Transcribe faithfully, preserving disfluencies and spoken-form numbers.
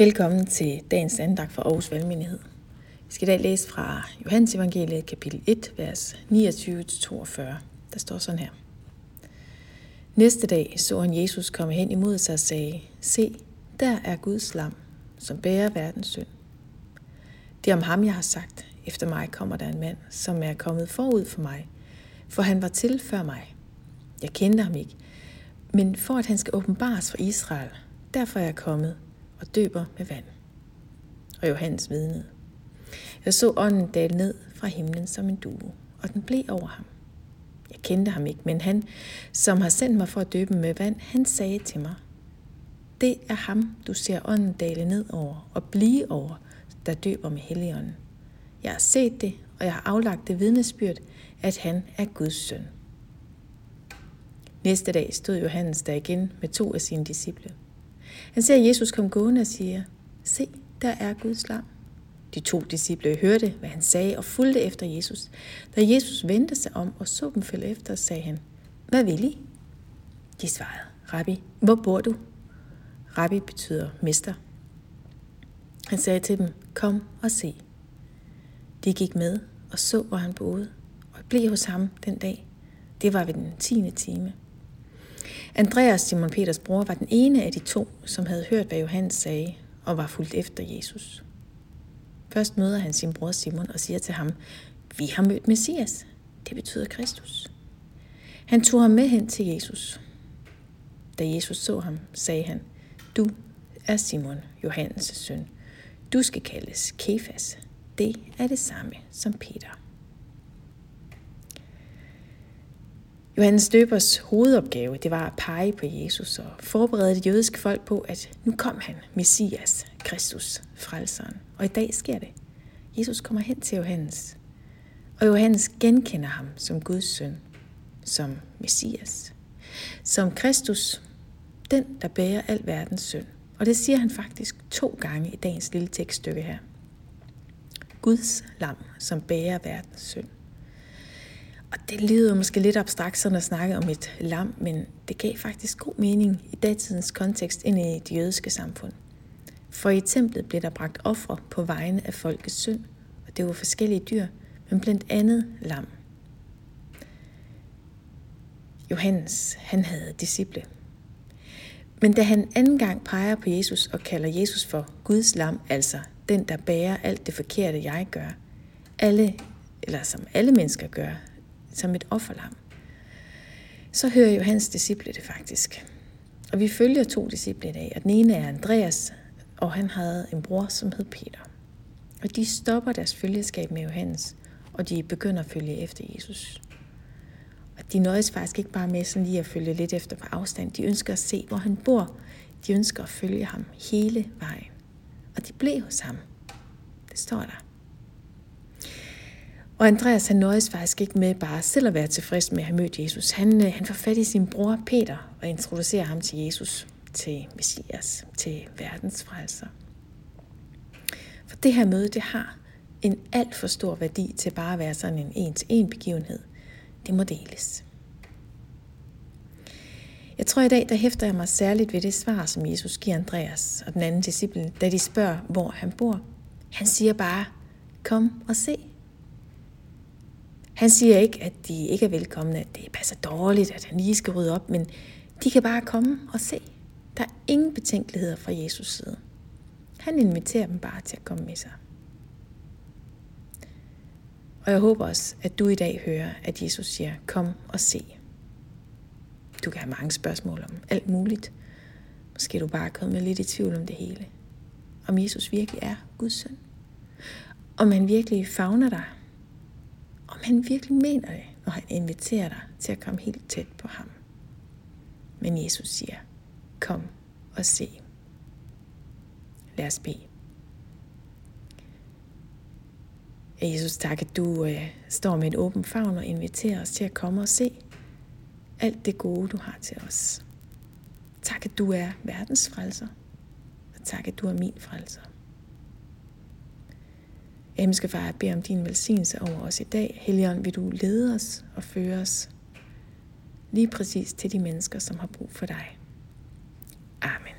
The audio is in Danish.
Velkommen til dagens andagt fra Aarhus Valgmenighed. Vi skal i dag læse fra Johannes Evangeliet, kapitel et, vers niogtyve til toogfyrre. Der står sådan her. Næste dag så han Jesus komme hen imod sig og sagde, se, der er Guds lam, som bærer verdens synd. Det er om ham, jeg har sagt. Efter mig kommer der en mand, som er kommet forud for mig, for han var til før mig. Jeg kendte ham ikke, men for at han skal åbenbares for Israel, derfor er jeg kommet og døber med vand. Og Johannes vidnede. Jeg så ånden dale ned fra himlen som en due, og den blev over ham. Jeg kendte ham ikke, men han, som har sendt mig for at døbe med vand, han sagde til mig, det er ham, du ser ånden dale ned over og blive over, der døber med Helligånden. Jeg har set det, og jeg har aflagt det vidnesbyrd, at han er Guds søn. Næste dag stod Johannes der igen med to af sine disciple. Han ser Jesus komme gående og siger, se, der er Guds lam. De to disciple hørte, hvad han sagde, og fulgte efter Jesus. Da Jesus vendte sig om og så dem følge efter, sagde han, hvad vil I? De svarede, Rabbi, hvor bor du? Rabbi betyder mester. Han sagde til dem, kom og se. De gik med og så, hvor han boede, og blev hos ham den dag. Det var ved den tiende time. Andreas, Simon Peters bror, var den ene af de to, som havde hørt, hvad Johannes sagde, og var fulgt efter Jesus. Først møder han sin bror Simon og siger til ham, vi har mødt Messias. Det betyder Kristus. Han tog ham med hen til Jesus. Da Jesus så ham, sagde han, du er Simon, Johannes' søn. Du skal kaldes Kefas. Det er det samme som Peter. Johannes døbers hovedopgave, det var at pege på Jesus og forberede det jødiske folk på, at nu kom han, Messias, Kristus, frelseren. Og i dag sker det. Jesus kommer hen til Johannes, og Johannes genkender ham som Guds søn, som Messias, som Kristus, den, der bærer al verdens synd. Og det siger han faktisk to gange i dagens lille tekststykke her. Guds lam, som bærer verdens synd. Og det lyder måske lidt abstrakt sådan at snakke om et lam, men det gav faktisk god mening i datidens kontekst ind i det jødiske samfund. For i templet blev der bragt ofre på vegne af folkets synd, og det var forskellige dyr, men blandt andet lam. Johannes, han havde disciple. Men da han anden gang peger på Jesus og kalder Jesus for Guds lam, altså den, der bærer alt det forkerte, jeg gør, alle, eller som alle mennesker gør, som et offerlam, så hører Johannes disciple det faktisk. Og vi følger to disciple i dag, og den ene er Andreas, og han havde en bror, som hed Peter. Og de stopper deres følgeskab med Johannes, og de begynder at følge efter Jesus. Og de nøjes faktisk ikke bare med sådan lige at følge lidt efter på afstand. De ønsker at se, hvor han bor. De ønsker at følge ham hele vejen. Og de blev hos ham. Det står der. Og Andreas, han nøjes faktisk ikke med bare selv at være tilfreds med at have mødt Jesus. Han, han får fat i sin bror Peter og introducerer ham til Jesus, til Messias, til verdens frelser. For det her møde, det har en alt for stor værdi til bare at være sådan en en-til-en begivenhed. Det må deles. Jeg tror i dag, der hæfter jeg mig særligt ved det svar, som Jesus giver Andreas og den anden disciple, da de spørger, hvor han bor. Han siger bare, kom og se. Han siger ikke, at de ikke er velkomne, at det passer dårligt, at han lige skal rydde op, men de kan bare komme og se. Der er ingen betænkeligheder fra Jesus side. Han inviterer dem bare til at komme med sig. Og jeg håber også, at du i dag hører, at Jesus siger, kom og se. Du kan have mange spørgsmål om alt muligt. Måske er du bare kommet lidt i tvivl om det hele. Om Jesus virkelig er Guds søn. Om han virkelig favner dig. Om han virkelig mener det, når han inviterer dig til at komme helt tæt på ham. Men Jesus siger, kom og se. Lad os bede. Jesus, tak, at du øh, står med en åben favn og inviterer os til at komme og se alt det gode, du har til os. Tak, at du er verdens frelser, og tak, at du er min frelser. Himmelske Far, jeg beder om din velsignelse over os i dag. Helligånd, vil du lede os og føre os lige præcis til de mennesker, som har brug for dig. Amen.